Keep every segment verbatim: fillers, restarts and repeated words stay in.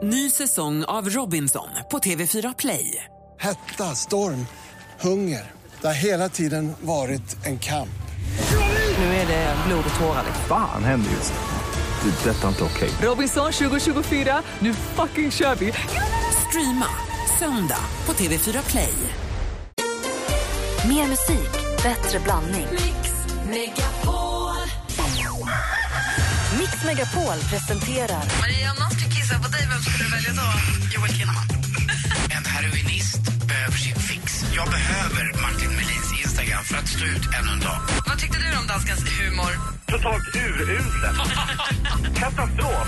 Ny säsong av Robinson på T V fyra Play. Hetta, storm, hunger. Det har hela tiden varit en kamp. Nu är det blod och tårar. Fan händer just det. Det är detta inte okej. Robinson tjugo tjugofyra, nu fucking kör vi. Streama söndag på T V fyra Play. Mer musik, bättre blandning. Mix Megapol. Mix Megapol presenterar Maria, om någon skulle kissa på dig, vem skulle du välja då? Joel Kinnaman. En heroinist behöver sin fix. Jag behöver Martin Melins Instagram för att stå ut ännu en dag. Vad tyckte du om danskans humor? Totalt urusel. Katastrof.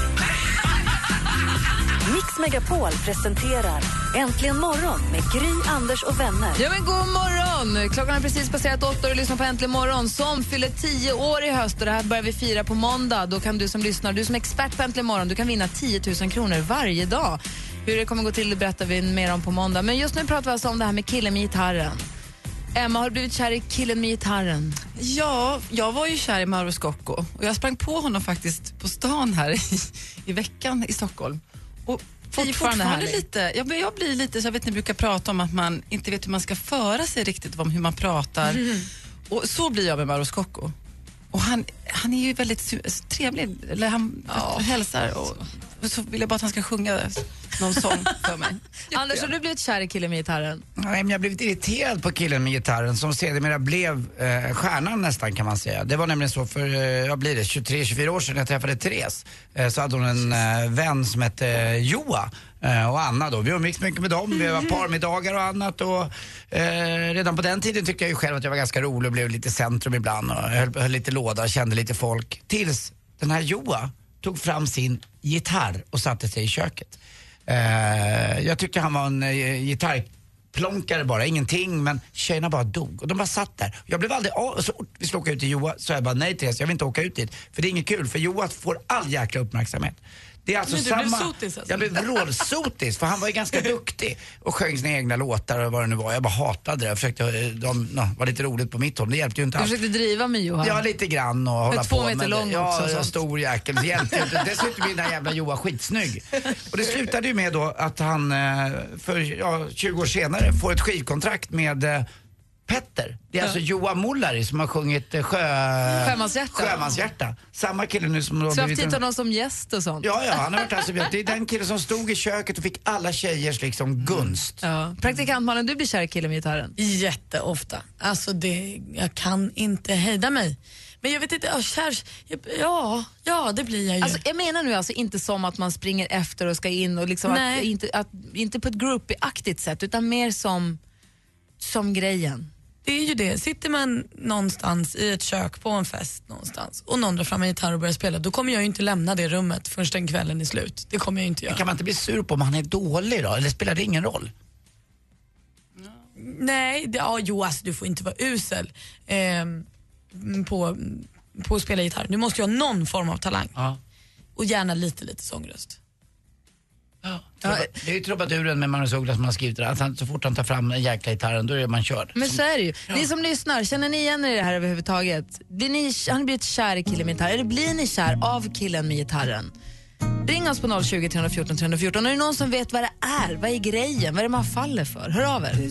Mix Megapol presenterar Äntligen morgon med Gry, Anders och vänner. Ja, men god morgon! Klockan har precis passerat åtta och lyssnar på Äntligen morgon som fyller tio år i höst. Och det här börjar vi fira på måndag. Då kan du som lyssnar, du som är expert på Äntligen morgon, du kan vinna tio tusen kronor varje dag. Hur det kommer gå till det berättar vi mer om på måndag. Men just nu pratar vi alltså om det här med killen med gitarren. Emma, har du blivit kär i killen med gitarren? Ja, jag var ju kär i Mauro Scocco. Och jag sprang på honom faktiskt på stan här i, i veckan i Stockholm. Och Fortfarande, fortfarande fortfarande lite, jag, jag blir lite så jag vet ni brukar prata om att man inte vet hur man ska föra sig riktigt, om hur man pratar. Mm. Och så blir jag med Mauro Scocco. Och han, han är ju väldigt trevlig, eller han ja. hälsar och, och så vill jag bara att han ska sjunga någon sång för mig. Anders, har du blivit kär i killen med gitarren? Nej, men jag blev lite irriterad på killen med gitarren som sedermera blev eh, stjärnan nästan, kan man säga. Det var nämligen så för, eh, jag blir det, tjugotre tjugofyra år sedan jag träffade Therese. Eh, så hade hon en eh, vän som hette eh, Joa eh, och Anna då. Vi umgicks mycket med dem, vi var parmiddagar och annat. Och eh, redan på den tiden tyckte jag ju själv att jag var ganska rolig och blev lite centrum ibland. Och höll, höll lite låda, kände lite folk. Tills den här Joa tog fram sin gitarr och satte sig i köket. Uh, jag tyckte han var en uh, gitarrplonkare bara, ingenting, men tjejerna bara dog och de bara satt där. Jag blev aldrig av, så vi skulle åka ut till Joa, så jag bara nej Therese, jag vill inte åka ut dit, för det är inget kul, för Joa får all jäkla uppmärksamhet. Det är alltså men du samma... blev sotis alltså. Jag blev rådsotis, för han var ju ganska duktig och sjöng sina egna låtar och vad det nu var. Jag bara hatade det. Jag försökte, de, no, var lite roligt på mitt håll, det hjälpte ju inte Du alls. försökte driva med Johan? Ja, lite grann och hålla två på. meter lång ja, också. Ja, stor jäkel. Det hjälpte inte. Dessutom blir den där jävla Joa skitsnygg. Och det slutade ju med då att han för ja, tjugo år senare får ett skivkontrakt med Petter. Det är ja. alltså Joa Mollari som har sjungit sjö... Sjömanshjärta. Sjömanshjärta. Samma kille nu som... Så jag har tittat någon som gäst och sånt. Ja, ja, han har varit alltså... Det är den killen som stod i köket och fick alla tjejers liksom gunst. Ja. Praktikantmannen, du blir kär i killen med gitarren? Jätteofta. Alltså det, jag kan inte hejda mig. Men jag vet inte, ja, kär, ja, ja det blir jag ju. Alltså, jag menar nu alltså inte som att man springer efter och ska in och liksom att, inte, att, inte på ett groupie-aktigt sätt, utan mer som, som grejen. Det är ju det. Sitter man någonstans i ett kök på en fest någonstans och någon drar fram en gitarr och börjar spela, då kommer jag ju inte lämna det rummet förrän den kvällen är slut. Det kommer jag inte göra. Men kan man inte bli sur på om han är dålig då? Eller spelar det ingen roll? No. Nej, det, ja, jo, alltså, du får inte vara usel eh, på, på att spela gitarr. Du måste ju ha någon form av talang. Ja. Och gärna lite, lite sångröst. Ja, ja, det är ju trubaduren med Magnus Uggla som har skrivit det. Alltså, så fort han tar fram en jäkla gitarren, då är man körd. Men så är det ju. Ja. Ni som lyssnar, känner ni igen er i det här överhuvudtaget? Blir ni, har ni blivit kär i killen med gitarr? Eller blir ni kär av killen med gitarren? Ring oss på noll tjugo, tre fjorton, tre fjorton. Är det någon som vet vad det är? Vad är grejen? Vad är det man faller för? Hör av er.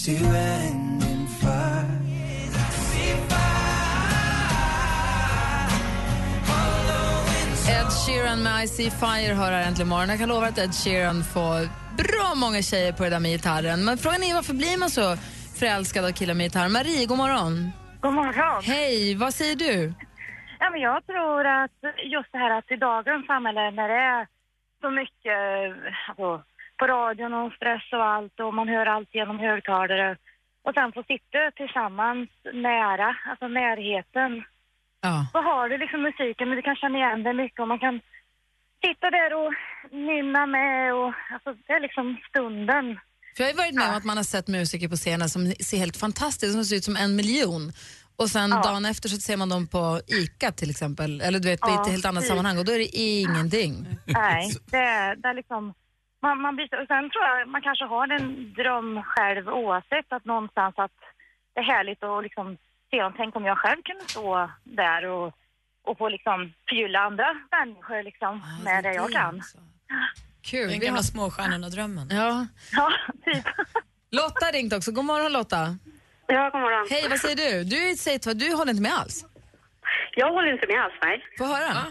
Ed Sheeran med I See Fire hör här äntligen morgon. Jag kan lova att Ed Sheeran får bra många tjejer på det där med gitarren. Men frågan är, varför blir man så förälskad av killar med gitarr? Marie, god morgon. God morgon. Hej, vad säger du? Ja, men jag tror att just det här att i dagens samhälle när det är så mycket alltså, på radion och stress och allt och man hör allt genom högtalare och sen får sitta tillsammans nära, alltså närheten. Ja. Så har du liksom musiken, men du kan känna igen det mycket och man kan sitta där och nynna med och alltså det är liksom stunden. För jag har varit med om att man har sett musiker på scenen som ser helt fantastiskt, som ser ut som en miljon. Och sen ja. dagen efter så ser man dem på ICA till exempel, eller du vet på ja, ett helt annat sammanhang och då är det ingenting. Nej, det är, det är liksom, man, man blir, och sen tror jag man kanske har en dröm själv oavsett att någonstans att det är härligt att liksom se om, tänk om jag själv kunde stå där och, och få liksom förgylla andra människor liksom ah, med det, det jag kan. Kul. Den Vi gamla har... småstjärnorna-drömmen. Ja. Ja, typ. Lotta har ringt också. God morgon Lotta. Ja, god morgon. Hej, vad säger du? Du säger att du håller inte med alls. Jag håller inte med alls, nej. Få höra. Uh,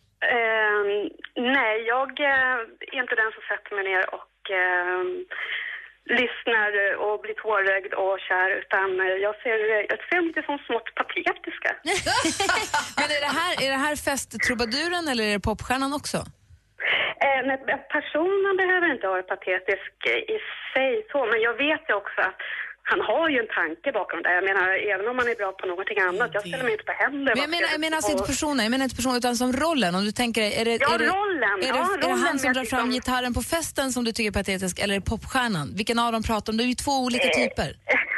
nej, jag uh, är inte den som sätter mig ner och uh, lyssnar och blir tårögd och kär, utan jag ser, jag ser lite som smått patetiska. Men är det här, är det här festtrubaduren eller är det popstjärnan också? Uh, nej, personen behöver inte vara patetisk i sig så, men jag vet ju också att han har ju en tanke bakom det. Jag menar, även om man är bra på någonting annat. Jag ställer mig inte på händer. Men jag menar, jag menar alltså inte personen, jag menar inte personen utan som rollen. Om du tänker, är det, ja, är det, rollen. Är det, ja, är det rollen han som drar liksom... fram gitarren på festen som du tycker är patetisk eller är det popstjärnan? Vilken av dem pratar om? Det är ju två olika typer.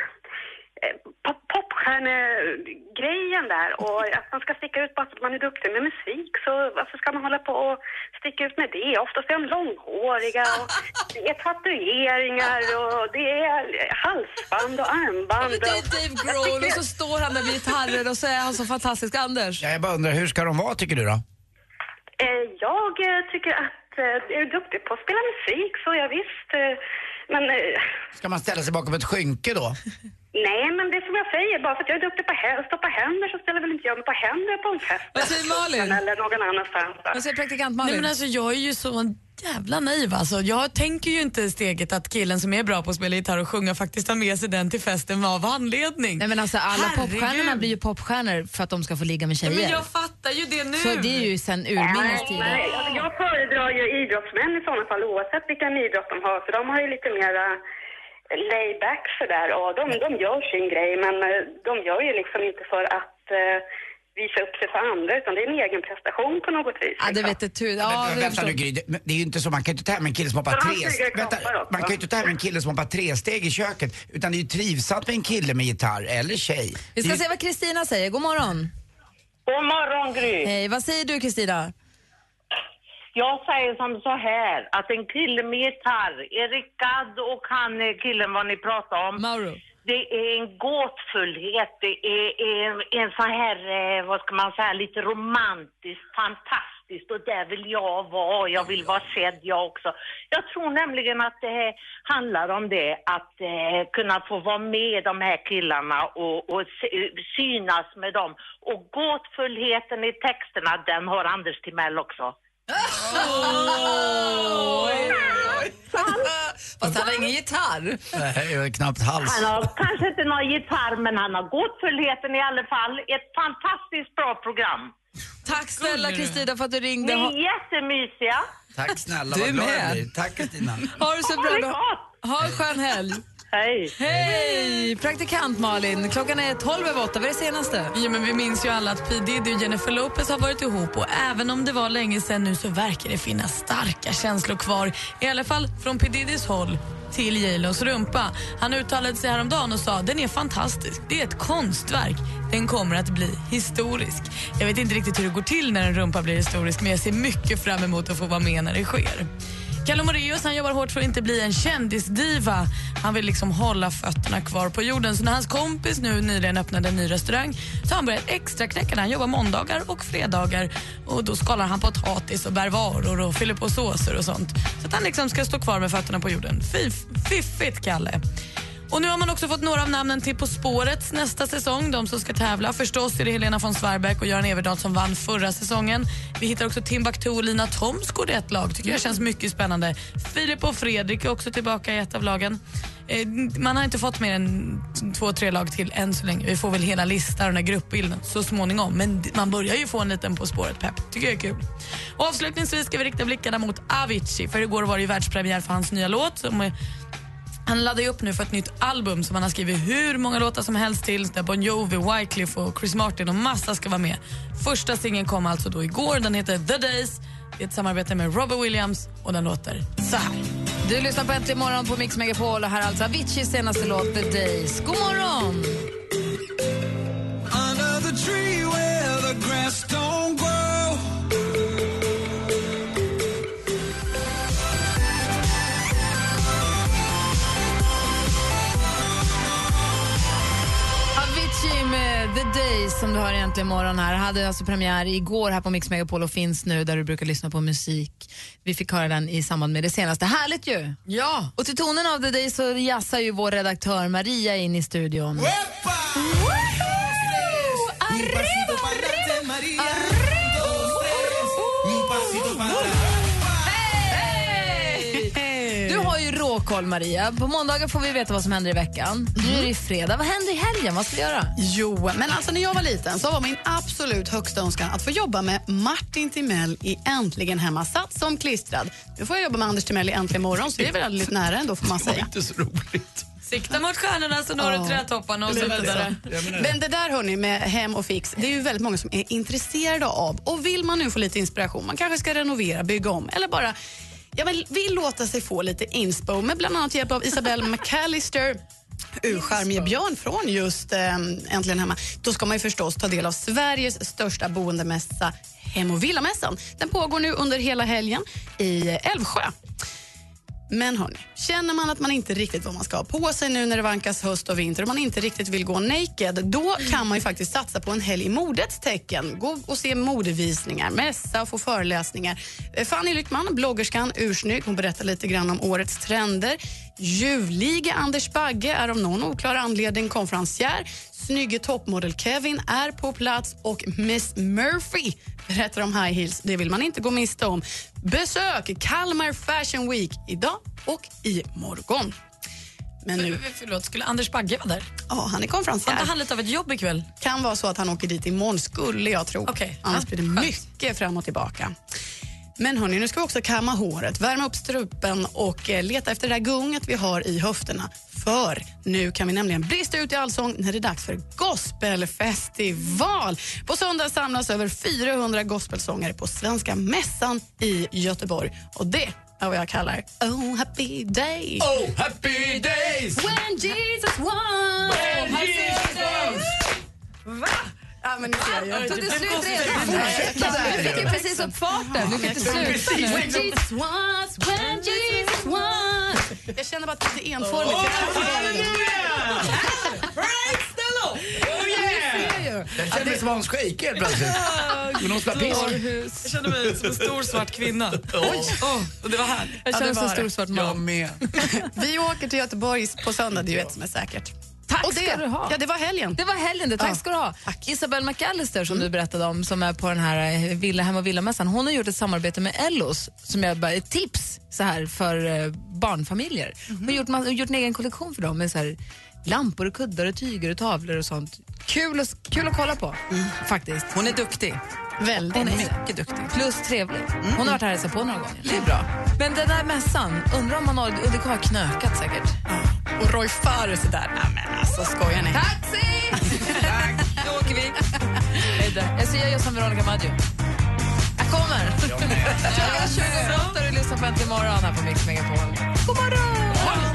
Popstjärnegrejen där och att man ska sticka ut bara för att man är duktig med musik, så varför ska man hålla på och sticka ut med det? Oftast är de långhåriga och det är tatueringar och det är halsband och armband. Ja, det är Dave Grohl och så står han där med gitarrer och så är han så fantastisk. Anders? Ja, jag bara undrar, hur ska de vara tycker du då? Jag tycker att är du duktig på att spela musik så jag visst, men... Ska man ställa sig bakom ett skynke då? Nej, men det är som jag säger, bara för att jag är duktig på att stoppa händer så ställer väl inte jag mig på händer på en fest. Vad säger Malin? Eller någon annanstans. Vad säger praktikant Malin? Nej, men alltså, jag är ju så jävla naiv. Alltså. Jag tänker ju inte steget att killen som är bra på att spela gitarr och sjunga faktiskt tar med sig den till festen av anledning. Nej, men alltså, alla Herregud. popstjärnorna blir ju popstjärnor för att de ska få ligga med tjejer. Ja, men jag fattar ju det nu. Så det är ju sen urminnes tider. Nej, alltså, jag föredrar ju idrottsmän i sådana fall oavsett vilken idrott de har, för de har ju lite mera layback sådär och de, de gör sin grej, men de gör ju liksom inte för att uh, visa upp sig för andra, utan det är en egen prestation på något vis. Ja, det vet du. Ja, men, men, vänta nu Gry, det, det är ju inte så, man kan ju inte ta hem en kille som hoppar tre vänta, man kan ju inte ta hem en kille som hoppar tre steg i köket, utan det är ju trivsamt med en kille med gitarr eller tjej. Vi ska det, se vad Kristina säger. God morgon. God morgon Gry. Hej, vad säger du Kristina? Jag säger som så här, att en kille med gitarr, Erik Gadd och han killen vad ni pratar om. Mauro. Det är en gåtfullhet, det är en, en sån här, vad ska man säga, lite romantiskt, fantastiskt, och där vill jag vara, jag vill vara sedd jag också. Jag tror nämligen att det handlar om det, att eh, kunna få vara med de här killarna och, och synas med dem. Och gåtfullheten i texterna, den har Anders Timell också. Oh! Fast han har ingen gitarr. Nej, knappt hals. Han har kanske inte någon gitarr, men han har gåtfullheten i alla fall. Ett fantastiskt bra program. Tack snälla Kristina för att du ringde. Ni är jättemysiga. Tack snälla, Du vad glad med. jag blir. Tack Kristina. Ha det så Ha bra det då. gott. Ha en skön helg. Hej. Hej! Praktikant Malin, klockan är tolv över åtta. Vad är det senaste? Ja, men vi minns ju alla att P. Diddy och Jennifer Lopez har varit ihop och även om det var länge sedan nu så verkar det finnas starka känslor kvar. I alla fall från P. Diddys håll till J Los rumpa. Han uttalade sig häromdagen och sa den är fantastisk. Det är ett konstverk. Den kommer att bli historisk. Jag vet inte riktigt hur det går till när en rumpa blir historisk, men jag ser mycket fram emot att få vara med när det sker. Kalle Moraeus, han jobbar hårt för att inte bli en kändisdiva. Han vill liksom hålla fötterna kvar på jorden. Så när hans kompis nu nyligen öppnade en ny restaurang så har han börjat extra knäcka. Han jobbar måndagar och fredagar. Och då skalar han potatis och bär varor och fyller på såser och sånt. Så att han liksom ska stå kvar med fötterna på jorden. Fiff, fiffigt, Kalle. Och nu har man också fått några av namnen till På spåret nästa säsong. De som ska tävla. Förstås är det Helena von Svarberg och Göran Everdahl som vann förra säsongen. Vi hittar också Timbuktu och Lina Thomsgård i ett lag. Tycker jag känns mycket spännande. Filip och Fredrik är också tillbaka i ett av lagen. Eh, man har inte fått mer än två, tre lag till än så länge. Vi får väl hela listan och den här gruppbilden så småningom. Men man börjar ju få en liten På spåret-pepp. Tycker jag är kul. Och avslutningsvis ska vi rikta blickarna mot Avicii. För igår var det ju världspremiär för hans nya låt som är Han laddar ju upp nu för ett nytt album som han har skrivit hur många låtar som helst till. Där Bon Jovi, Wycliffe och Chris Martin och massa ska vara med. Första singeln kom alltså då igår. Den heter The Days. Det är ett samarbete med Robbie Williams och den låter så här. Du lyssnar på Äntligen morgon på Mix Megapol och här alltså Aviciis senaste låt The Days. God morgon! Under the tree where the grass don't grow. Avicii med The Days som du har egentligen imorgon här hade alltså premiär igår här på Mix Megapol och finns nu där du brukar lyssna på musik. Vi fick höra den i samband med det senaste. Härligt ju! Ja! Och till tonen av The Days så jassar ju vår redaktör Maria in i studion. Du har ju råkoll, Maria. På måndagar får vi veta vad som händer i veckan. Nu är det fredag. Vad händer i helgen? Vad ska vi göra? Jo, men alltså när jag var liten så var min absolut högsta önskan att få jobba med Martin Timell i Äntligen hemma, satt som klistrad. Nu får jag jobba med Anders Timell i Äntligen morgon, så det är väl lite nära ändå, får man säga. Det var inte så roligt. Sikta mot stjärnorna så når du trädtopparna och så vidare. Men det där, hörni, med hem och fix, det är ju väldigt många som är intresserade av. Och vill man nu få lite inspiration, man kanske ska renovera, bygga om eller bara ja, men vill låta sig få lite inspo med bland annat hjälp av Isabelle McAllister, urskärmige Björn från just äh, Äntligen hemma. Då ska man ju förstås ta del av Sveriges största boendemässa, Hem- och villamässan. Den pågår nu under hela helgen i Älvsjö. Men hörni, känner man att man inte riktigt vad man ska ha på sig nu när det vankas höst och vinter och man inte riktigt vill gå naked, då kan man ju faktiskt satsa på en helg i modets tecken. Gå och se modevisningar, mässa och få föreläsningar. Fanny Lyckman, bloggerskan, ursnygg, hon berättar lite grann om årets trender. Ljuvlige Anders Bagge är av någon oklar anledning konferencier. Snygge toppmodell Kevin är på plats och Miss Murphy berättar om high heels. Det vill man inte gå miste om. Besök Kalmar Fashion Week idag och i morgon. Men nu... För, förlåt, skulle Anders Bagge vara där? Ja, han är konferencier. Har han lite av ett jobb ikväll? Kan vara så att han åker dit imorgon, skulle jag tro. Okay. Annars ja, blir det mycket fram och tillbaka. Men hörni, nu ska vi också kamma håret, värma upp strupen och eh, leta efter det där gunget vi har i höfterna. För nu kan vi nämligen brista ut i allsång när det är dags för gospelfestival. På söndag samlas över fyrahundra gospelsångare på Svenska mässan i Göteborg. Och det är vad jag kallar Oh happy day. Oh happy days! When Jesus won. When Jesus Va? Ja, men ni ser ju. Tog det slut redan? Du fick ju precis upp farten. Du kan inte sluta nu. When Jesus was, when Jesus was. Jag känner bara att det är enformigt. Praise the Lord! Oh yeah! Jag känner mig som Hans Scheike helt plötsligt. Men hon spelar piss. Jag känner mig som en stor svart kvinna. Oj! Oh, och det var här. Jag känner mig som en stor svart man. Jag med. Vi åker till Göteborg på söndag, det är ju ett som är säkert. Tack och det, ska du ha. Ja, det var helgen. Det var helgen, det. Tack ja. ska du ha. Tack. Isabelle McAllister som mm. du berättade om, som är på den här Villa Hem- och villamässan. Hon har gjort ett samarbete med Ellos som jag bara ett tips så här för uh, barnfamiljer. Mm. Hon har gjort, man, gjort en egen kollektion för dem med så här lampor och kuddar och tyger och tavlor och sånt. Kul, och, kul att kolla på, mm. faktiskt. Hon är duktig. Väldigt. Hon är mycket duktig. Plus trevlig. Mm. Hon har varit här och sett på några gånger. Det är bra. Men den där mässan, undrar om man har, det kommer vara knökat säkert. Ja. Och Roy Fares är där. Nej men alltså, skojar ni? Taxi! Tack, då åker vi. Jag ser jag gör som Veronica Maggio. Jag kommer. Jag är tjugoåtta och du lyssnar på Äntligen morgon här på Mix Megapol. God morgon!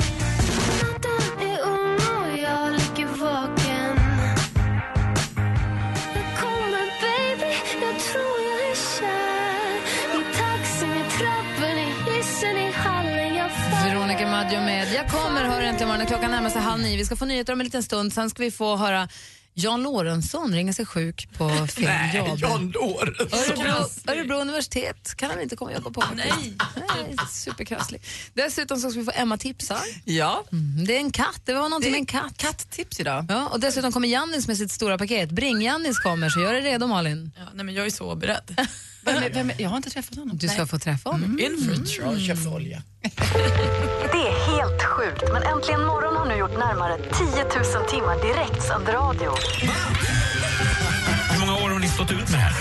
Veronica Maggio med Jag kommer, hör Äntligen morgon. Klockan närmar sig halv nio. Vi ska få nyheter om en liten stund. Sen ska vi få höra Jan Lorentzon ringa sig sjuk på fel Nej, jobb. Jan Lorentzon. Örebro, Örebro universitet kan han inte komma och jobba på. Ah, nej. nej superkrasslig. Dessutom så ska vi få Emma tipsa. Ja. Mm, det är en katt. Det var någonting med en katt. Katttips idag. Ja, och dessutom kommer Jannis med sitt stora paket. Bring-Jannis kommer, så gör det redo, Malin. Ja, nej, men jag är så beredd. Vem är, vem är, jag har inte träffat honom. Du ska Nej. få träffa honom. Mm. In for a Jag köpte olja. Det är helt sjukt, men Äntligen morgon har nu gjort närmare tio tusen timmar direktsänd radio. Hur många år har ni stått ut med det här?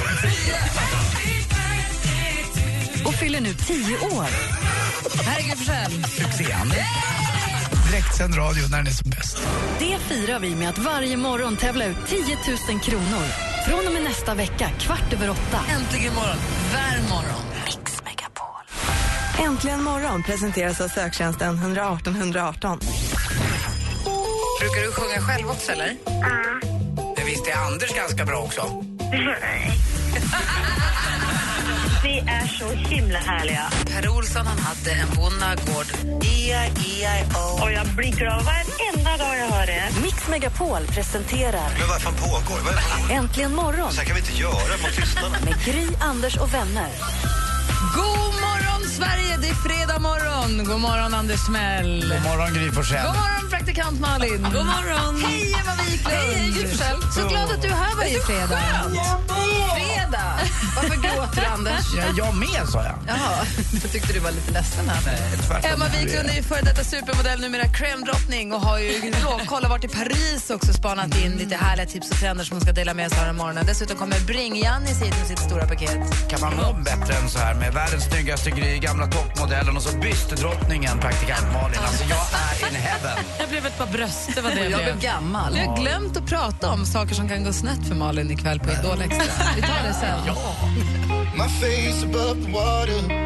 Och fyller nu tio år. Herregud Forsell. Succén. Direktsänd radio när den är som bäst. Det firar vi med att varje morgon tävla ut tio tusen kronor. Från och med nästa vecka, kvart över åtta. Äntligen morgon. Vär morgon. Mix Megapol. Äntligen morgon presenteras av söktjänsten ett ett åtta ett ett åtta. Brukar du sjunga själv också, eller? Ja. Det visste Anders ganska bra också. Ni är så himla härliga. Per Olsson, han hade en bonnagård. E I E I O. Och jag blir glad varenda dag jag hör det. Mix Megapol presenterar... Men vad fan pågår? Vad är det? Äntligen morgon. Så här kan vi inte göra mot lyssnarna. Med Gry, Anders och vänner. God morgon, Sverige! Det är fredag morgon. God morgon, Anders Timell. God morgon, Gry Forssell. God morgon, praktikant Malin. God morgon. Hej, Emma Wiklund. Hej, Gry Forssell. Så glad att du är här varje fredag. Fredag. Varför gråter du, Anders? Ja, jag med, sa jag. Jaha, jag tyckte du var lite ledsen här. Nej, Emma Wiklund är ju före detta supermodell, numera crème-drottning och har ju råkolla varit i Paris också, spanat in lite härliga tips och trender som hon ska dela med sig den här morgonen. Dessutom kommer Bring-Jannis hit med sitt stora paket. Kan man må bättre än så här med världens snyggaste Gry, gamla toppmodellen och så bystedrottningen, praktikant Malin. Alltså, jag är in heaven. Jag blev ett par bröst, det var det jag, jag blev gammal. Jag har glömt att prata om saker som kan gå snett för Malin ikväll på Idol Extra. Vi tar det sen. Ja. My face above the water.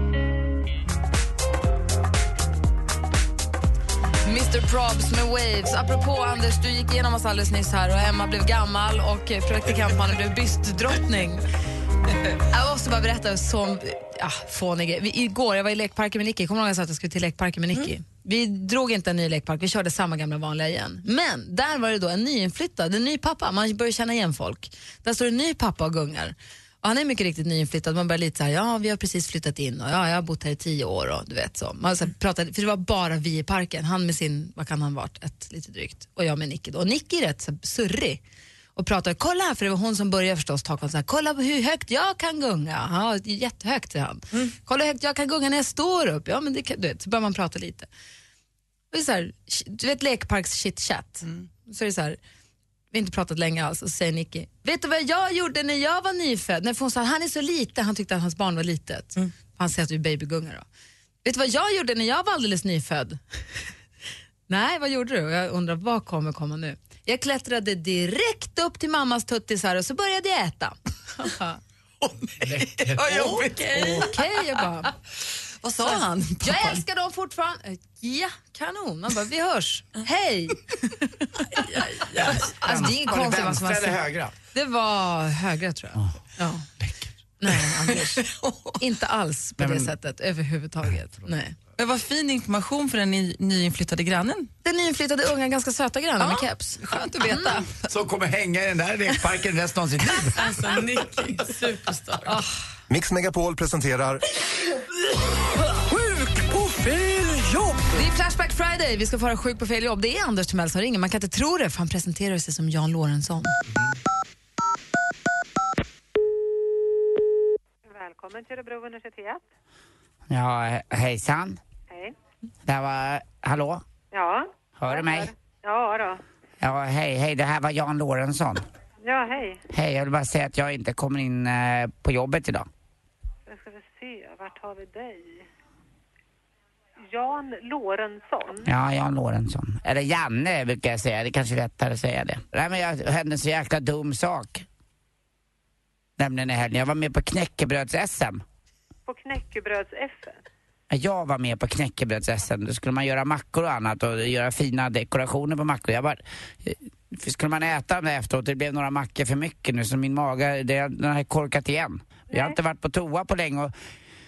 mister Probs med Waves. Apropå Anders, du gick igenom oss alldeles nyss här och Emma blev gammal och praktikantmannen blev bystdrottning. Jag måste bara berätta som ja, fånig. Vi, igår, jag var i lekparken med Nicky. Kommer du ihåg att jag sa att jag skulle till lekparken med Nicky? Mm. Vi drog inte en ny lekpark, vi körde samma gamla vanliga igen. Men där var det då en nyinflyttad, en ny pappa. Man börjar känna igen folk. Där står en ny pappa och gungar. Och han är mycket riktigt nyinflyttad. Man börjar lite så här, ja vi har precis flyttat in och ja, jag har bott här i tio år och du vet så. Man så här, pratade, för det var bara vi i parken. Han med sin, vad kan han varit, ett lite drygt. Och jag med Nicky då. Och Nicky är rätt så surrig. Och pratade, kolla här, för det var hon som började förstås ta så här, kolla hur högt jag kan gunga. Ja, jättehögt säger han. Mm. Kolla hur högt jag kan gunga när jag står upp. Ja, men det kan, du vet, så börjar man prata lite. Och det är så här, du vet lekparks shit-chat. Mm. Så är det så här, vi har inte pratat länge alls. Och så säger Nicky, vet du vad jag gjorde när jag var nyfödd? När hon sa, han är så liten, han tyckte att hans barn var litet. Mm. Han säger att du är babygunga då. Vet du vad jag gjorde när jag var alldeles nyfödd? Nej, vad gjorde du? Och jag undrar, vad kommer komma nu? Jag klättrade direkt upp till mammas tuttisar och så började jag äta. Okej. Okej, jag bara... Vad sa han? Jag älskar dem fortfarande. Ja, kanon. Man bara, vi hörs. Hej! Alltså, det är ingen konstigt vad som var eller högra? Det var högra, tror jag. Ja. Nej, Anders. Inte alls på Nej, det men... sättet överhuvudtaget. Nej. Det var fin information för den ny, nyinflyttade grannen. Den nyinflyttade unga, ganska söta grannen ja, med keps. Skönt att veta. Mm. Så kommer hänga i den där lekparken resten av sitt liv. Alltså, Nicky, superstar. Oh. Mix Megapol presenterar... Sjuk på fel jobb! Det är Flashback Friday. Vi ska få höra Sjuk på fel jobb. Det är Anders Timell som ringer. Man kan inte tro det, för han presenterar sig som Jan Lorentzon. Välkommen till Örebro universitet. Ja, hejsan. Hej. Det var, hallå? Ja. Hör du mig? Ja då. Ja, hej, hej, det här var Jan Lorentzon. Ja, hej. Hej, jag vill bara säga att jag inte kommer in eh, på jobbet idag. Jag ska vi se, vart har vi dig? Jan Lorentzon. Ja, Jan Lorentzon. Eller Janne brukar jag säga, det kanske är lättare att säga det. Nej, men jag hände en så jäkla dum sak. Nämligen i helgen, jag var med på knäckebröds-S M. På knäckebröds-S M? Jag var med på knäckebröds-S M. Då skulle man göra mackor och annat och göra fina dekorationer på mackor. Jag bara, skulle man äta dem efteråt, det blev några mackor för mycket nu så min mage, det, den har korkat igen. Nej. Jag har inte varit på toa på länge och...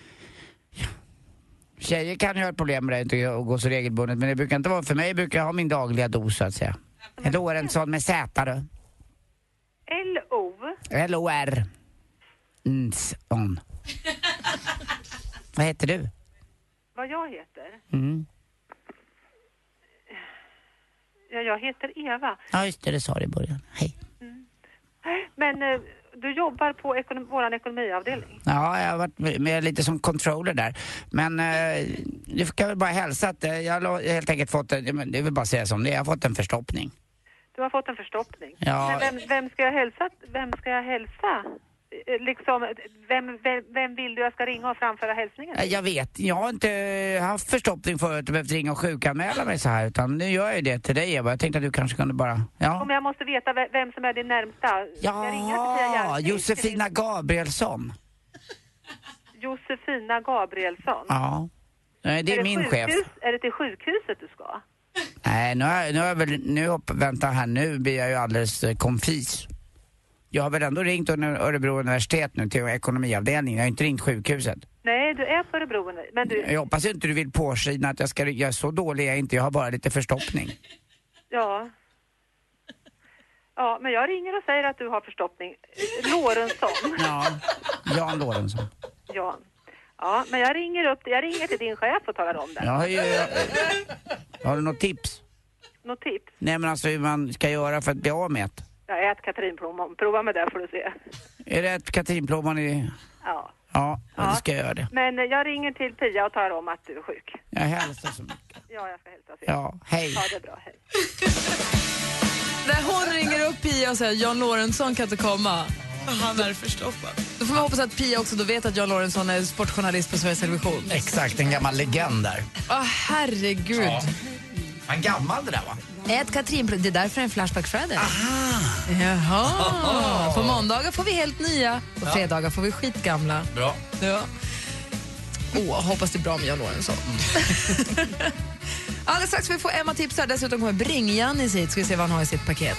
Tjejer kan ju ha ett problem med det och gå så regelbundet, men det brukar inte vara, för mig brukar jag ha min dagliga dos så att säga. Lorentzon med Z då. L O L O R Ns-on. Vad heter du? Vad jag heter? Mm. Ja, jag heter Eva. Ja, just det, det sa du i början. Hej. Mm. Men eh, du jobbar på ekonom- våran ekonomiavdelning? Ja, jag har varit med, med lite som controller där. Men eh, du kan väl bara hälsa att eh, jag har helt enkelt fått en, det vill bara säga som det, jag har fått en förstoppning. Du har fått en förstoppning? Ja. Men vem, vem ska jag hälsa? Vem ska jag hälsa? Liksom, vem, vem, vem vill du jag ska ringa och framföra hälsningen? Jag vet, jag har inte haft förstoppning förut och behövt ringa och sjukanmäla mig så här, utan nu gör jag det till dig, Eva. Jag tänkte att du kanske kunde bara... Ja. Om jag måste veta vem som är din närmsta. Ja, Josefina Gabrielsson. Josefina Gabrielsson? Ja, det är, är min det chef. Är det till sjukhuset du ska? Nej, nu har, nu har jag väl... Nu, vänta här, nu blir jag ju alldeles konfis. Jag har väl ändå ringt Örebro universitet nu till ekonomiavdelningen. Jag har inte ringt sjukhuset. Nej, du är på Örebro. Men du... Jag hoppas inte du vill påskina att jag ska... Jag är så dålig jag inte. Jag har bara lite förstoppning. Ja. Ja, men jag ringer och säger att du har förstoppning. Lorentzon. Ja, Jan Lorentzon. Jan. Ja, men jag ringer upp, jag ringer till din chef och talar om det. Ja, jag, jag, har du något tips? Något tips? Nej, men alltså hur man ska göra för att bli av med det. Ja, ät katrinplommon. Prova med det får du se. Är det ett katrinplommon i... Ja. Ja, ja, då ska jag göra det. Men jag ringer till Pia och talar om att du är sjuk. Jag hälsar så mycket. Ja, jag ska hälsa. Så. Ja, hej. Ja, det är bra, hej. När hon ringer upp Pia och säger Jan Lorentzon kan inte komma. Han är förstoppad. Då får man hoppas att Pia också då vet att Jan Lorentzon är sportjournalist på Sveriges Television. Exakt, en gammal legend där. Åh, oh, herregud. Ja. Han gammal det där, va? Ett Katrin, det är därför en Flashback Friday. Aha. Jaha. Oh. På måndagar får vi helt nya. På ja. fredagar får vi skitgamla. Bra. Ja. Åh, oh, hoppas det är bra med Jan Lorentzon. Mm. Alldeles strax vi får Emma tipsar. Dessutom kommer Bring-Jannis hit. Ska vi se vad han har i sitt paket.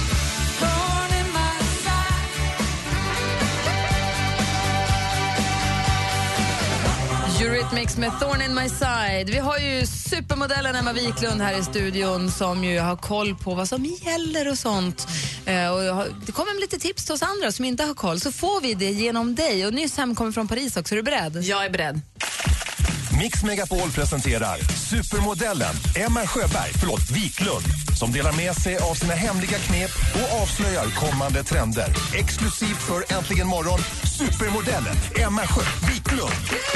Eurythmics med Thorn in my side. Vi har ju supermodellen Emma Wiklund här i studion som ju har koll på vad som gäller och sånt. Eh, och det kommer lite tips till oss andra som inte har koll. Så får vi det genom dig. Och nyss hem kommer från Paris också. Är du beredd? Jag är beredd. Mix Megapol presenterar supermodellen Emma Sjöberg, förlåt, Wiklund, som delar med sig av sina hemliga knep och avslöjar kommande trender. Exklusivt för Äntligen morgon, supermodellen Emma Sjö Wiklund.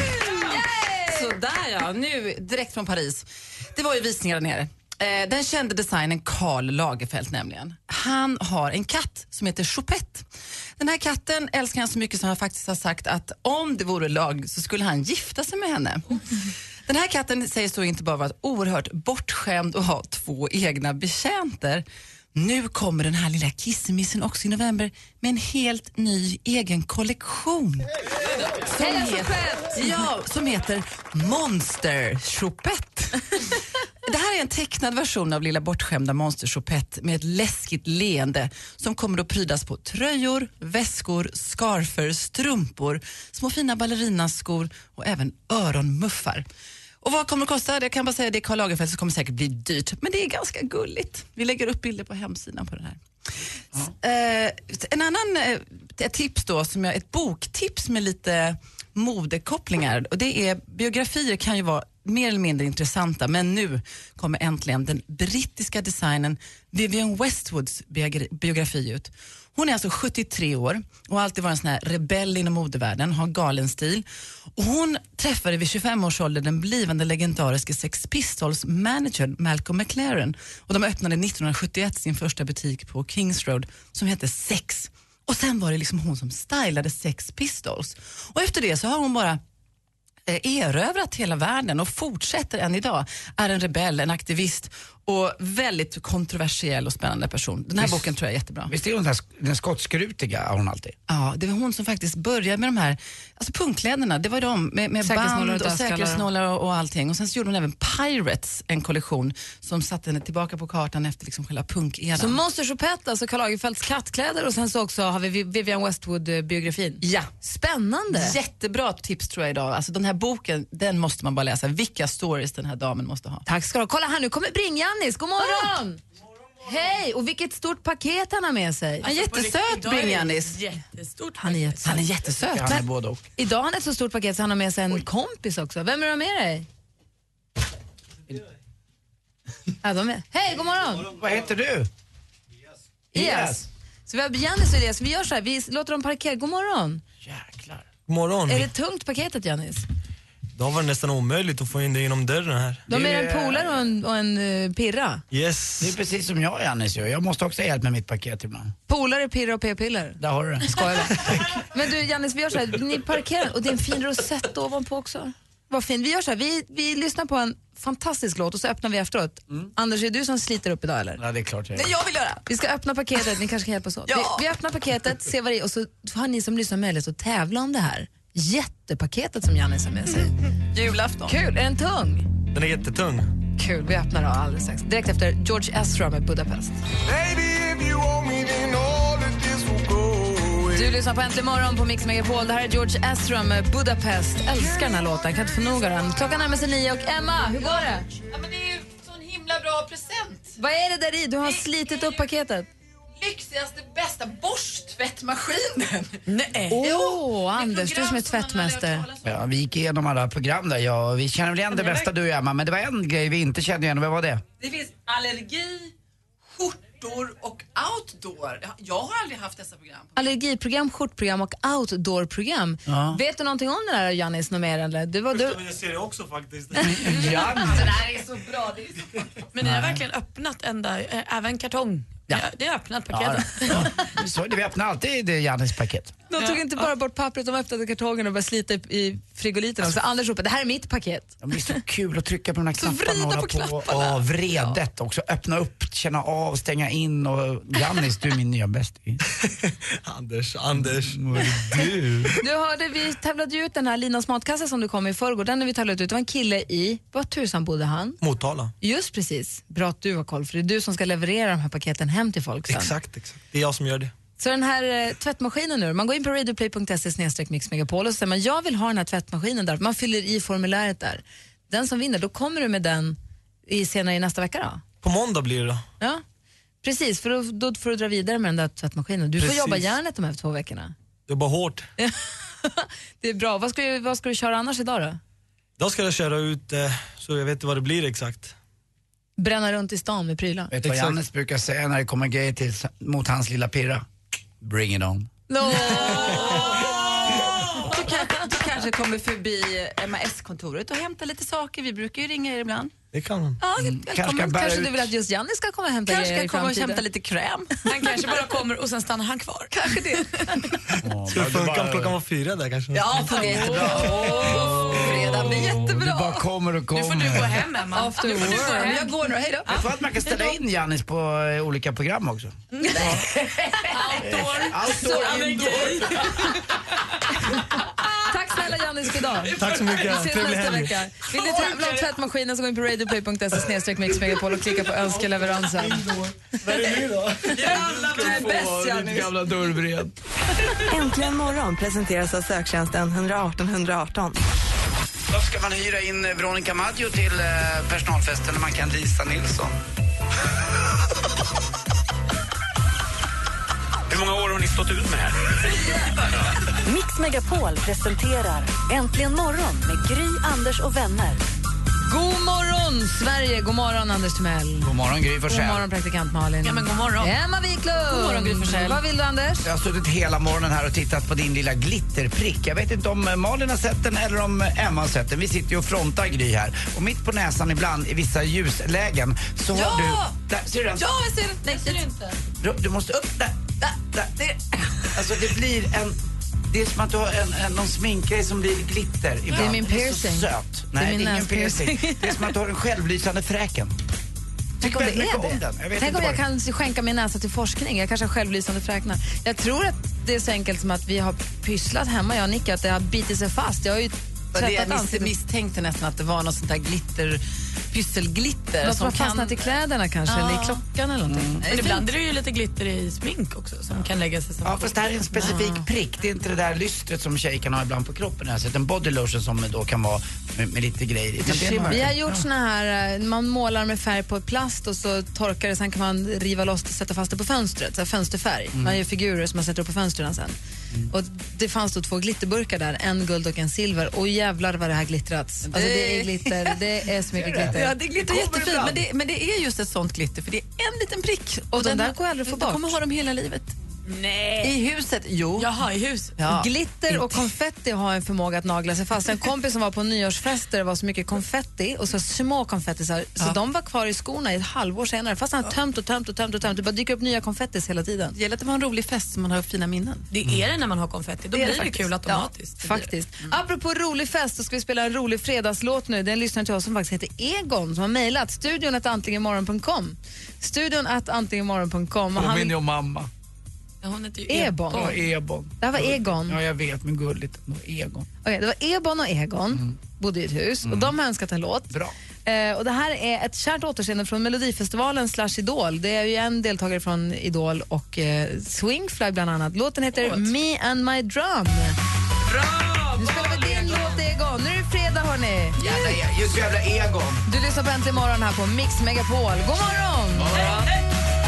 Så där ja, nu direkt från Paris. Det var ju visningar där nere. Eh, den kände designen Karl Lagerfeld nämligen. Han har en katt som heter Choupette. Den här katten älskar han så mycket som han faktiskt har sagt att om det vore lag så skulle han gifta sig med henne. Den här katten sägs då inte bara vara oerhört bortskämd och ha två egna betjänter. Nu kommer den här lilla kissemissen också i november med en helt ny egen kollektion. Som heter, ja, som heter Monster Choupette. Det här är en tecknad version av lilla bortskämda Monster Choupette med ett läskigt leende som kommer att prydas på tröjor, väskor, scarfer, strumpor, små fina ballerinaskor och även öronmuffar. Och vad kommer det att kosta? Jag kan bara säga att det är Karl Lagerfeld så kommer det säkert bli dyrt. Men det är ganska gulligt. Vi lägger upp bilder på hemsidan på den här. Ja. Eh, en annan eh, ett tips då, som jag, ett boktips med lite modekopplingar. Och det är, biografier kan ju vara mer eller mindre intressanta, men nu kommer äntligen den brittiska designern Vivienne Westwoods biografi ut. Hon är alltså sjuttiotre år och har alltid varit en sån här rebell inom modevärlden, har galen stil. Och hon träffade vid tjugofem års ålder den blivande legendariska Sex Pistols manager Malcolm McLaren. Och de öppnade nittonhundrasjuttioett sin första butik på Kings Road som hette Sex. Och sen var det liksom hon som stylade Sex Pistols. Och efter det så har hon bara erövrat hela världen och fortsätter än idag. Är en rebell, en aktivist och väldigt kontroversiell och spännande person. Den här visst, boken tror jag är jättebra. Visst är hon den, den skottskrutiga hon alltid? Ja, det var hon som faktiskt började med de här alltså punktkläderna. Det var de med, med band och säkerhetsnålar och, och allting. Och sen så gjorde hon även Pirates, en kollektion som satte henne tillbaka på kartan efter liksom själva punkeran. Så Monster Choupette, alltså Karl Lagerfelds kattkläder och sen så också har vi Vivienne Westwood-biografin. Ja. Spännande. Jättebra tips tror jag idag. Alltså den här boken, den måste man bara läsa. Vilka stories den här damen måste ha. Tack ska du ha. Kolla här, nu kommer Bring-Jannis. God morgon! Ah. Hej! Och vilket stort paket han har med sig. Han är alltså, jättesöt, Bring-Jannis. Jättestort. Han är jättesöt. Han är jättesöt. Han är både och. Idag har han ett så stort paket så han har med sig en Oj. kompis också. Vem är du med dig? Ja, de är. Hej, god morgon! God morgon. Vad heter du? Yes. yes. Så vi har Jannis och Elias. Vi gör så här, vi låter dem parkera. God morgon. Jäklar. God morgon. Är det tungt paketet, Jannis? Det var nästan omöjligt att få in det genom dörren här. De är det en polare och en, och en uh, pirra. Yes. Det är precis som jag, Jannis. Jag måste också ha hjälp med mitt paket ibland. Polare, pirra och p-piller. Där har du det. Skojar jag. Men du, Jannis, vi gör så här. Ni parkerar och det är en fin rosett ovanpå också. Vad fint. Vi gör så här. Vi, vi lyssnar på en fantastisk låt och så öppnar vi efteråt. Mm. Anders, är du som sliter upp idag eller? Ja, det är klart jag är. Nej, jag vill göra. Vi ska öppna paketet. Ni kanske kan hjälpas åt. Ja. Vi, vi öppnar paketet, ser vad det är och så har ni som lyssnar möjlighet att tävla om det här. Jättepaketet som Jannis har med sig. Julafton. Kul, är den tung? Den är jättetung. Kul, vi öppnar då alldeles strax. Direkt efter George Ezra med Budapest. Baby, if you want me, then all of this will go Du lyssnar på Äntligen morgon på Mix Megapol. Det här är George Ezra med Budapest. Älskar den här låten, kan inte få nog av den. Klockan närmar sig nio och Emma, hur går det? Ja, men det är ju sån himla bra present. Vad är det där i? Du har slitit upp paketet. Lyxigaste, bästa borsttvättmaskinen. Nej. Åh, oh, Anders, du som är tvättmästare. Ja, vi gick igenom alla program där. Ja, vi känner väl igen det bästa du och Emma, men det var en grej vi inte kände igen. Vad var det? Det finns allergi, skjortor och outdoor. Jag har aldrig haft dessa program. Allergiprogram, skjortprogram och outdoorprogram. Ja. Vet du någonting om det där, Jannis, något mer? Eller? Du var, du... Jag ser det också faktiskt. Jannis. Det här är så bra. Det är så... Men ni har verkligen öppnat ända, äh, även kartong. Ja. Det är öppnat paketet. Ja, ja. Så det, vi öppnar alltid det Jannis paket. De tog Ja. inte bara bort pappret, de öppnade kartongen och började slita i, i frigoliten. Alltså, Anders ropade, det här är mitt paket. Det blir så kul att trycka på de här Så knapparna. vrida hålla på knapparna. Ja, vredet också. Öppna upp, känna av, stänga in. Och Jannis, du är min nya bästis. Anders, Anders. Du. Du hörde, vi tävlade ut den här Linas matkasse som du kom i förrgår. Den när vi tävlade ut, det var en kille i, vad tusan bodde han? Motala. Just precis. Bra att du har koll, för det är du som ska leverera de här paketen hem till folk sen. Exakt, exakt. Det är jag som gör det. Så den här eh, tvättmaskinen nu, man går in på radioplay punkt se snedstreck mixmegapol och säger man, jag vill ha den här tvättmaskinen där. Man fyller i formuläret där. Den som vinner, då kommer du med den i, senare i nästa vecka då? På måndag blir det då. Ja, precis. För då, då får du dra vidare med den där tvättmaskinen. Du Precis. får jobba järnet de här två veckorna. Jobba hårt. Det är bra. Vad ska, du, vad ska du köra annars idag då? Då ska jag köra ut, eh, så jag vet inte vad det blir exakt. Bränna runt i stan med prylar. Vet du vad Jannis brukar säga när det kommer grejer till, mot hans lilla pirra? Bring it on. No. Du, kan, du kanske kommer förbi M A S-kontoret och hämtar lite saker. Vi brukar ju ringa er ibland. Det kan man. Ja, Mm. Kanske, bära kanske ut- du vill att just Janni ska komma och hämta Kanske grejer i ska komma och framtiden. hämta lite kräm. Han kanske bara kommer och sen stannar han kvar. Kanske det. Ska det funka om klockan var fyra där kanske? Ja, funkar jättebra. Oh, fredag blir jättebra. Du bara kommer och kommer. Nu får du gå hem, Emma. After Nu får du gå work. hem. Jag går nu, hej då. Jag tror att man kan ställa in Jannis på eh, olika program också. Outdoor. Outdoor, indoor. Tack snälla Jannis för idag. Tack så mycket. Vi ses Trevlig nästa helg. vecka. Vill ni tävla om tvättmaskinen så gå in på radioplay punkt se snedstreck mixmegapol och klicka på önskeleveransen. Vad är det nu då? Jävlar, du är bäst Jannis. Gamla dörrbred. Äntligen morgon presenteras av söktjänsten ett ett åtta ett ett åtta. Då ska man hyra in Veronica Maggio till eh, personalfesten när man kan Lisa Nilsson. Hur många år har ni stått ut med det här? Mix Megapol presenterar Äntligen morgon med Gry, Anders och vänner. God morgon Sverige, god morgon Anders Timell. God morgon Gry Forssell. God morgon praktikant Malin. Ja, men god morgon. Emma Wiklund. God morgon, Gry Forssell. Vad vill du Anders? Jag har suttit hela morgonen här och tittat på din lilla glitterprick. Jag vet inte om Malin har sett den eller om Emma har sett den. Vi sitter ju och frontar Gry här. Och mitt på näsan ibland i vissa ljuslägen så Ja! har du... Där, ser du den? Ja, jag ser den. Nej, ser du inte. Du, du måste upp där, där, där. Det, alltså det blir en... Det är som att du har en, en, någon sminkgrej som blir glitter ibland. Det är min Den piercing. så söt. Nej, Det är min det är ingen näspiercing. piercing. Det är som att du har en självlysande fräken. Tänk om det väldigt mycket är om det. den. Jag vet Tänk inte om jag vad- kan skänka min näsa till forskning. Jag kanske har självlysande fräknar. Jag tror att det är så enkelt som att vi har pysslat hemma, jag och Nicka, att det har bitit sig fast. Jag har ju Det jag tvättat mis- ansiktet. misstänkte nästan att det var något sånt där glitter, pysselglitter. Något som har kan- fastnat i kläderna kanske, Ja. eller i klockan eller någonting. Mm. Men ibland är det ju lite glitter i smink också som kan lägga sig som... Ja, fast det här är en specifik prick. Det är inte det där lystret som tjejer kan ha ibland på kroppen. Jag har sett en body lotion som då kan vara med, med lite grejer i. Men det är bara- Vi har gjort såna här, eh, man målar med färg på plast och så torkar det, sen kan man riva loss och sätta fast det på fönstret, så här fönsterfärg. Mm. Man gör figurer som man sätter upp på fönstren sen. Och det fanns då två glitterburkar där, en guld och en silver. Och jävlar vad det här glittrats. Alltså det är glitter, det är så mycket glitter. Ja, det glittrar Det kommer jättefint, ibland. men det, men det är just ett sånt glitter för det är en liten prick. Och den där har- går aldrig att få du bort. kommer ha dem hela livet. Nej. I huset, jo. Jaha, i hus. Ja. Glitter och konfetti har en förmåga att nagla sig fast. En kompis som var på nyårsfester, det var så mycket konfetti och så små konfettisar, så Ja. de var kvar i skorna i ett halvår senare fast han har tömt och tömt och tömt och tömt. Det bara dyker upp nya konfettis hela tiden. Det gäller att det var en rolig fest som man har fina minnen. Det är det när man har konfetti. Då Det är blir det det faktiskt. kul automatiskt. Faktiskt. Apropå rolig fest så ska vi spela en rolig fredagslåt nu. Det är en lyssnare till oss som faktiskt heter Egon som har mejlat studion at antligenmorgon punkt com. Studion at antligenmorgon punkt com. Och han Påminner vill... om mamma. Ja, hon heter ju Ebon. Ja, Ebon. Det här var Egon. Ja, jag vet, men gulligt. Egon. Okej, det var Ebon och Egon bodde i ett hus och de har önskat en låt. Bra. Eh, och det här är ett kärt återseende från Melodifestivalen slash Idol. Det är ju en deltagare från Idol och eh, Swingfly bland annat. Låten heter oh, Me and My Drum. Bra! Nu spelar vi din låt, Egon. Nu är det fredag, hörni. Jävla, just jävla Egon. Du lyssnar på Äntligen morgon här på Mix Megapol. God morgon! God morgon. Hey, hey.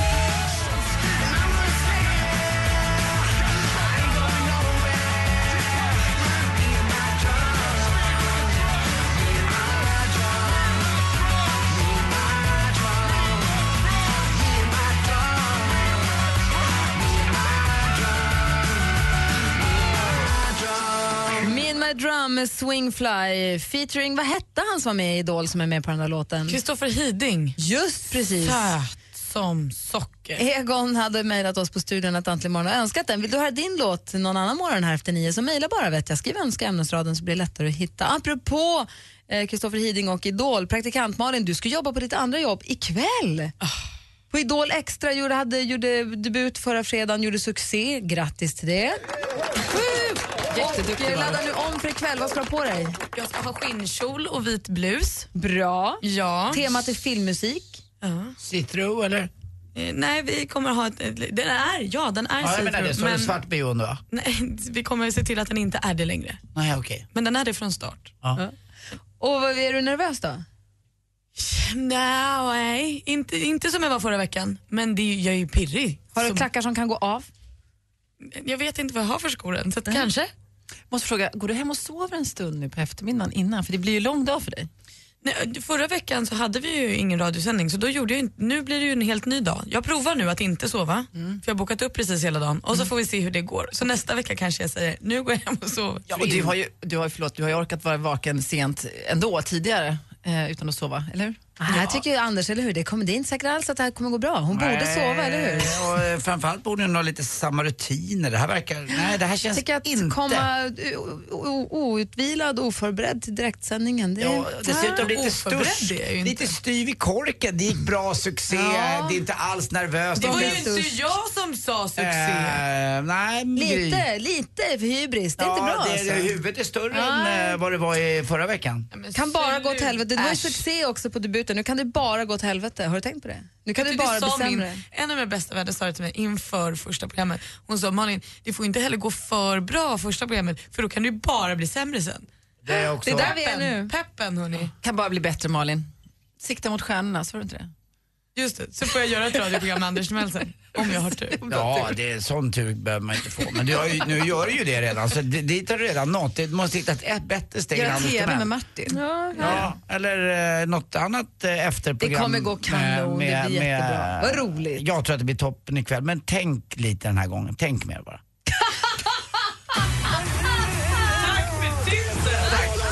Drum med Swingfly featuring, vad hette han som var med i Idol som är med på den där låten? Kristoffer Hiding. Just precis. Söt som socker. Egon hade mejlat oss på studion att Äntligen morgon och önskat den. Vill du höra din låt någon annan morgon här efter nio så mejla bara, vet jag. Skriv önska ämnesraden så blir det lättare att hitta. Apropå Kristoffer eh, Hiding och Idol, praktikant Malin, du ska jobba på ditt andra jobb ikväll. Oh. På Idol Extra gjorde, hade, gjorde debut förra fredagen, gjorde succé. Grattis till det. Jätteduktig. Och laddar nu om för ikväll. Vad ska du ha på dig? Jag ska ha skinnkjol och vit blus. Bra. Ja. Temat är filmmusik. Ja. Citro, eller? Eh, nej, vi kommer ha ett... Den är, ja, den är ja, citro. Men det så men, är det svart bion då? Nej, vi kommer se till att den inte är det längre. Nej, okej. Okay. Men den är det från start. Ja. Ja. Och vad är du nervös då? Nej, inte, inte som jag var förra veckan. Men det, jag är ju pirrig. Har du som... klackar som kan gå av? Jag vet inte vad jag har för skor än, så att mm. kanske. Måste fråga, går du hem och sover en stund nu på eftermiddagen innan? För det blir ju lång dag för dig. Nej, förra veckan så hade vi ju ingen radiosändning, så då gjorde jag inte, nu blir det ju en helt ny dag. Jag provar nu att inte sova, mm. för jag har bokat upp precis hela dagen. Och så får vi se hur det går. Så nästa vecka kanske jag säger, nu går jag hem och sover. Ja, och du har ju, du har, förlåt, du har ju orkat vara vaken sent ändå tidigare eh, utan att sova, eller hur? Ah, ja. Jag tycker ju Anders, eller hur? Det, kommer, det är inte säkert alls att det här kommer gå bra. Hon nej, borde sova, eller hur? Och framförallt borde hon ha lite samma rutiner. Det här verkar... Nej, det här känns inte... Jag inte... att komma outvilad, oförberedd till direktsändningen. Det är... Ja, dessutom lite störst, lite styv i korken. Det gick bra, succé. Ja. Det är inte alls nervöst. Det var ju inte jag som sa succé. Uh, nej, lite, lite för hybris. Det är ja, inte bra. Det, alltså. Huvudet är större ja. än uh, vad det var i förra veckan. Ja, kan bara gå till helvete. Det var ju succé också på debuten. Nu kan det bara gå till helvete. Har du tänkt på det? Nu kan du bara bli sämre. En av mina bästa vänner sa det till mig inför första programmet. Hon sa, Malin, det får inte heller gå för bra första programmet, för då kan du bara bli sämre sen. Det är också. Det är där vi är nu. Peppen, hörni. Kan bara bli bättre, Malin. Sikta mot stjärnorna, så var det inte det? Just det, så får jag göra ett radioprogram med Anders Timell sen, om jag har tur. Ja, det är sån tur behöver man inte få. Men du har ju, nu gör du ju det redan, så det, dit har du redan nått. Det måste hitta ett bättre steg än Anders Timell. med Martin. Ja, ja. ja, eller eh, något annat eh, efterprogram. Det kommer gå kanon, med, det blir med, jättebra. Vad roligt. Jag tror att det blir toppen ikväll, men tänk lite den här gången. Tänk mer bara. Tack för tipset!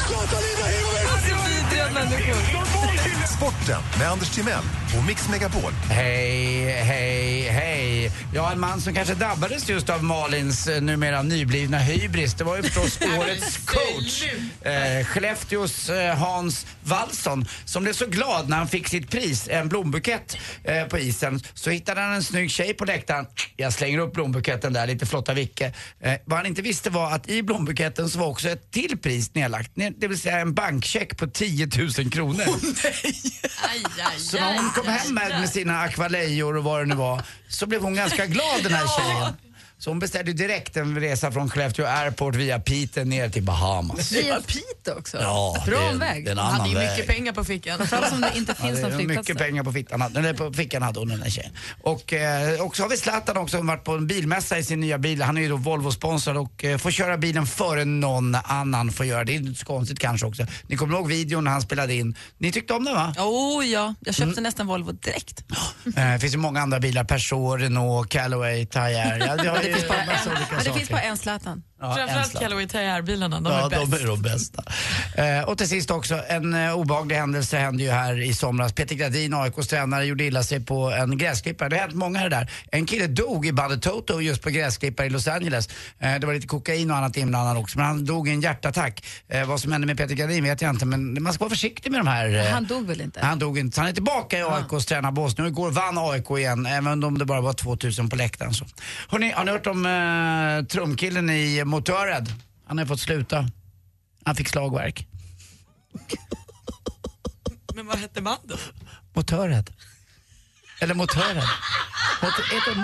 Sporten med Anders Timell och Mix Megapol. Hej, hej, hej. Ja, en man som kanske drabbades just av Malins eh, numera nyblivna hybris. Det var ju förstås årets coach. Eh, Skellefteås eh, Hans Wallson, som blev så glad när han fick sitt pris, en blombukett eh, på isen. Så hittade han en snygg tjej på läktaren. Jag slänger upp blombuketten där, lite flotta vicke. Eh, vad han inte visste var att i blombuketten så var också ett till pris nedlagt. Det vill säga en bankcheck på tio tusen kronor. Oh, nej. Aj, aj, så när hon kom hem med, med sina akvalejor och vad det nu var, så blev hon ganska glad, den här tjejen. Så hon beställde direkt en resa från Skellefteå Airport via Piteå ner till Bahamas. Via Piteå också? Ja, bra väg. Den hon hade ju väg. mycket pengar på fickan. Framför som det inte finns ja, någon flygplats. Mycket pengar på fickan, eller på fickan hade hon, den här tjejen. Och eh, också har vi Zlatan också, som varit på en bilmässa i sin nya bil. Han är ju då Volvo-sponsrad och eh, får köra bilen före någon annan får göra. Det är inte så konstigt kanske också. Ni kommer ihåg videon när han spelade in. Ni tyckte om den, va? Oh ja, jag köpte mm. nästan Volvo direkt. Eh, det finns ju många andra bilar, Peugeot, Renault, Callaway, Tire. Ja, det, har det ju finns bara en, men det saker. finns bara en Zlatan. Ja, framförallt Callaway Tire-bilarna, de ja, är bäst. de är de bästa. Eh, och till sist också, en eh, obehaglig händelse hände ju här i somras. Peter Gradin, A I K:s tränare, gjorde illa sig på en gräsklippare. Det har hänt många här där. En kille dog i bandet Toto just på gräsklippare i Los Angeles. Eh, det var lite kokain och annat inblandat också, men han dog i en hjärtattack. Eh, vad som hände med Peter Gradin vet jag inte, men man ska vara försiktig med de här. Eh, han dog väl inte? Han dog inte. Han är tillbaka i A I K:s tränarbås. Nu igår vann A I K igen, även om det bara var tvåtusen på läktaren. Så. Hörrni, har ni hört om eh, trumkillen i Motörhead? Han har fått sluta. Han fick slagverk. Men vad hette bandet? Motorhead. Eller Motorhead. Heter, heter...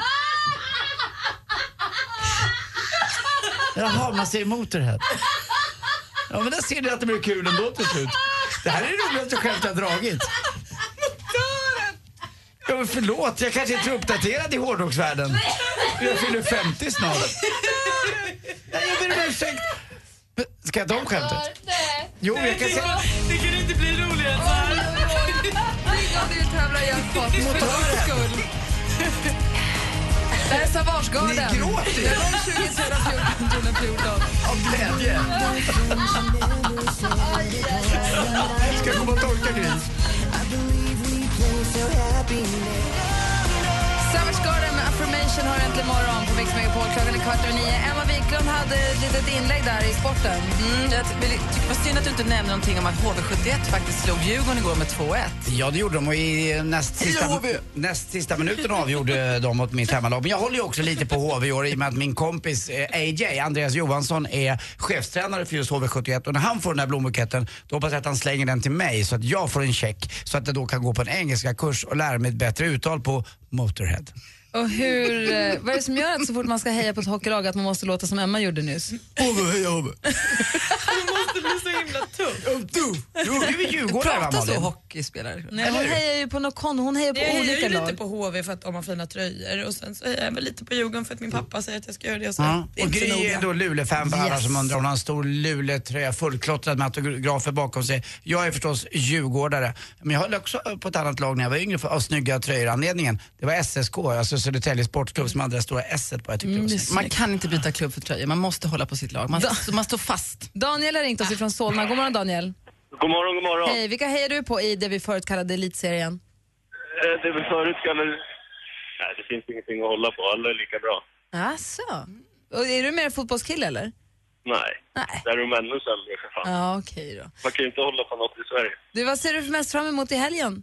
Jaha, man säger Motorhead. Ja, men där ser ni att det blir kul ändå till slut. Det här är det roligaste skämt jag har dragit. Motorhead! Ja, men förlåt, jag kanske inte är uppdaterad i hårdrocksvärlden. Jag fyller femtio snart. Nej, jag ber om ursäkt. Ska jag ta om skämtet? Nej. Jo, jag kan säga... Det kan inte bli roligare så här. Ring du tävlar i jackpot. Motorhead. Det här är Savagegarden. Ni gråter ju. noll tjugo, fjorton, fjorton. Av glädje. Ska jag komma och torka gris? Savagegarden med Affirmation har äntligen morgon på Mix Megapol. Klockan är kvart över nio. Emma Wiklund hade ett litet inlägg där i sporten. Mm, jag tycker det var synd att du inte nämnde någonting om att H V sjuttioett faktiskt slog Djurgården igår med två ett. Ja, det gjorde de och i näst sista, näst sista minuten avgjorde de mot mitt hemmalag. Men jag håller ju också lite på H V i år i och med att min kompis eh, A J, Andreas Johansson, är chefstränare för just H V sjuttioett. Och när han får den här blombuketten, då hoppas jag att han slänger den till mig så att jag får en check så att jag då kan gå på en engelska kurs och lära mig ett bättre uttal på Motorhead. Och hur, eh, vad är det som gör att så fort man ska heja på ett hockeylag att man måste låta som Emma gjorde nyss? Hove, heja Hove. Du måste bli så himla tuff. Du, du är Djurgårdare, va, Prata så Malin? hockeyspelare. Nej, hon hejar ju på något kon, hon hejar på Jag olika hejar ju lag. lite på H V för att de har fina tröjor och sen så hejar jag väl lite på Djurgården för att min pappa säger att jag ska göra det. Och så. Ja. Det är Och inte så Gry är noga. då Luleå-fan för alla Yes. som undrar. Hon har en stor Luleå-tröja fullklottrad med autografer bakom sig. Jag är förstås djurgårdare. Men jag höll också på ett annat lag när jag var yngre för, av snygga tröjor. Anledningen, det var S S K, alltså Södertälje Sportklubb som hade det stora S-et på. Jag tyckte Mm, det var det är snyggt. man kan inte byta klubb för tröjor, man måste hålla på sitt lag. Man, man står fast. Daniel har ringt oss ifrån Solna. God morgon, Daniel. God morgon, god morgon. Hej, vilka hejar du på i det vi förut kallade elitserien? Eh, Det vi förut kallade... Nej, det finns ingenting att hålla på. Alla är lika bra. Asså. Och är du mer fotbollskille eller? Nej. Nej. Där är de ännu sämre för fan. Ja, okej då. Man kan ju inte hålla på något i Sverige. Du, vad ser du mest fram emot i helgen?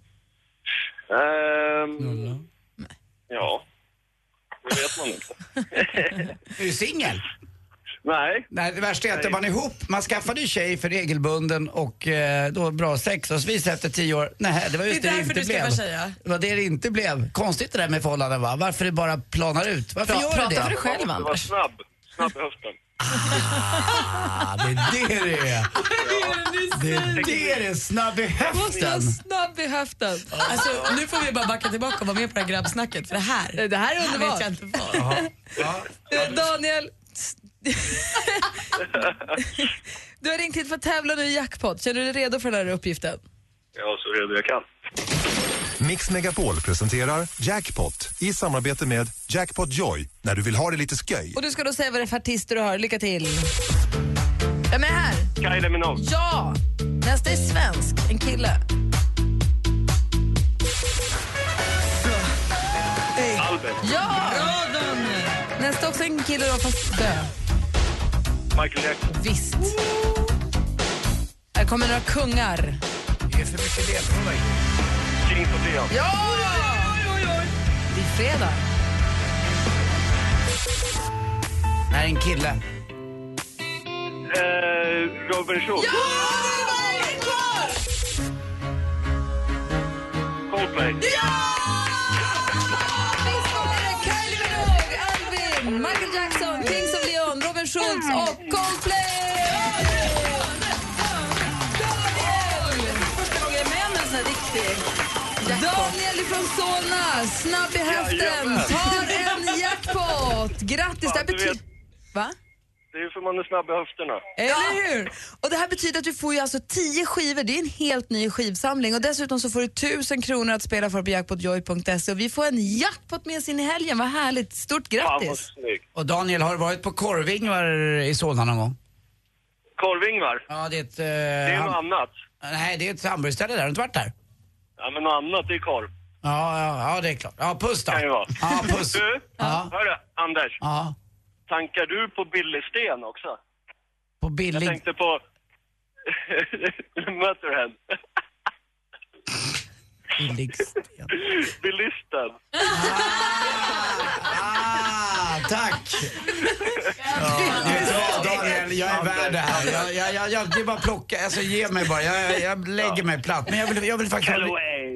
Ehm... Ja. Det vet man inte. Är du singel? Nej. Nej, det värsta är att man är ihop, man skaffade ju tjej för regelbunden och eh, då bra sex och så visar efter tio år, nej det var just Det är det, därför det du inte ska blev. säga. Det var det det inte blev. Konstigt det där med förhållanden, va? Varför det bara planar ut? Varför Pra- gör det prata det? för dig själv, Det var Anders. snabb. Snabb i höften. Ah, det är det det är. Det är det det är, snabb i höften. Snabb i höften. Alltså, nu får vi bara backa tillbaka och vara med på det här grabbsnacket för det här, Det här är underbart. vet jag inte vad. Eh, Daniel, du har ringt hit för att tävla nu i jackpot. Känner du dig redo för den här uppgiften? Ja, så redo jag kan. Mix Megapol presenterar Jackpot i samarbete med Jackpot Joy när du vill ha det lite sköj. Och du ska då säga vad det är för artister du hör. Lycka till. Vem är här? Kylie Minogue. Ja! Nästa är svensk. En kille. Albert. Ja! Nästa också en kille då, fast dö. Michael Jackson. Visst. Här kommer några kungar. Det är för mycket ledtrådar. Kings of Leon. Ja! Det är fredag. Det här är en kille. Eh, Robin Schultz. Ja! Det är kvar! Coldplay. Ja! Visst var det Kylie Minogue, Alvin, Michael Jackson, Kings of Leon, Robin Schultz och Coldplay! Första gången jag är med om en sån här riktig jackpot. Daniel ifrån Solna, snabb i höften, Jajamän. tar en jackpot. Grattis, det här du betyder... vet. Va? Det är ju för man är snabb i höfterna. Eller hur? Och det här betyder att du får ju alltså tio skivor, det är en helt ny skivsamling och dessutom så får du tusen kronor att spela för på jackpotjoy punkt se och vi får en jackpot med sin i helgen, vad härligt, stort Fan vad grattis! snyggt. Och Daniel, har du varit på Korvingvar i Solna någon gång? Korvingvar. Ja, det är ett... eh, Det är ham- något annat. Nej, det är ett hamburgerställe där, har du inte varit där? Ja, men något annat, det är korv. Ja, ja, ja, det är klart. Ja, puss då. Kan ju vara. Ja, puss. Du, Ja. hörru, Anders. Ja, Tankar du på billig sten också? på Jag billig... tänkte på Motorhead. billig sten. Bilisten. Ah, tack. Ja, du vet vad, Daniel, jag är värd det här. Jag, jag, jag, jag, det är bara att plocka, alltså ge mig bara. Jag, jag lägger mig platt. Men jag vill, jag vill faktiskt... Call away.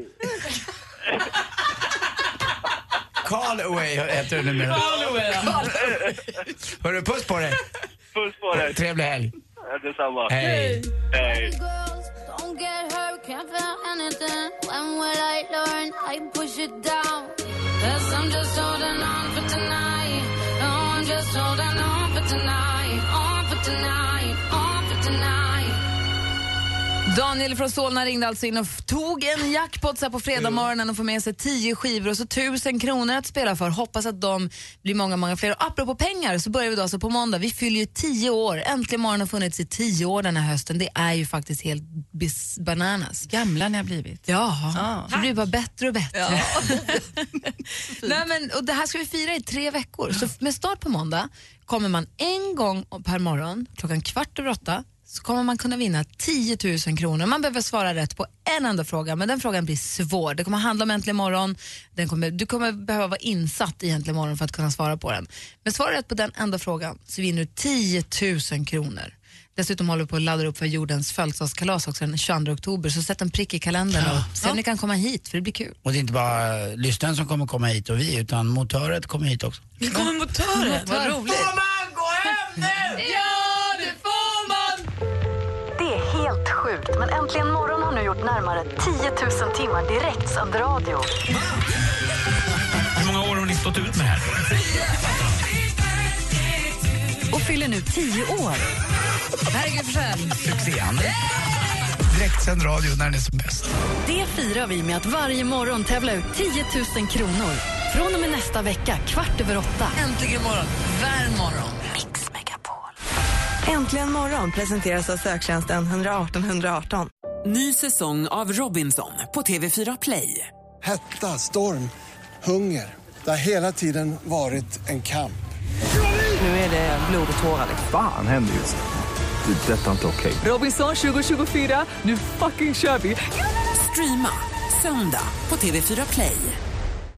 Call away heter det numera. Call away. Hörru, puss på dig. Puss på dig. Trevlig helg. Ja, detsamma. Hej. Hej. Don't get hurt, can't feel anything. When will I learn? I push it down. Cause I'm just holding on for tonight. No, I'm just holding on for tonight. On for tonight. On for tonight. Daniel från Solna ringde alltså in och f- tog en jackpot så här på fredag morgonen och får med sig tio skivor och så tusen kronor att spela för. Hoppas att de blir många, många fler. Och apropå pengar så börjar vi då alltså på måndag. Vi fyller ju tio år. Äntligen morgon har funnits i tio år den här hösten. Det är ju faktiskt helt bis- bananas. Gamla ni har blivit. Ja, Ah. det blir bara bättre och bättre. Ja. Nej, men, och det här ska vi fira i tre veckor. Så med start på måndag kommer man en gång per morgon, klockan kvart över åtta, så kommer man kunna vinna tio tusen kronor. Man behöver svara rätt på en enda fråga, men den frågan blir svår. Det kommer handla om Äntligen morgon. Den kommer, du kommer behöva vara insatt i Äntligen morgon för att kunna svara på den. Men svara rätt på den enda frågan så vinner du tio tusen kronor. Dessutom håller vi på att ladda upp för jordens födelsedagskalas också den tjugoandra oktober. Så sätt en prick i kalendern och se om ni kan komma hit, för det blir kul. Och det är inte bara uh, lyssnaren som kommer komma hit och vi, utan motöret kommer hit också. Vi kommer motöret, vad roligt. Får man gå hem nu? Ja, det får man! Det är helt sjukt, men Äntligen morgon har nu gjort närmare tio tusen timmar direktsänd radio. Hur många år har ni stått ut med det här? Och fyller nu tio år. Herregud, Forsell. Succén. Direktsänd radio när den är som bäst. Det firar vi med att varje morgon tävla ut tio tusen kronor. Från och med nästa vecka, kvart över åtta. Äntligen morgon, varm morgon. Mix Megapol. Äntligen morgon presenteras av söktjänsten ett ett åtta ett ett åtta. Ny säsong av Robinson på T V fyra Play. Hetta, storm, hunger. Det har hela tiden varit en kamp. Nu är det blod och tårar. Fan händer just det. Det är detta inte okej. Robinson tjugo tjugofyra, nu fucking kör vi. Streama söndag på T V fyra Play.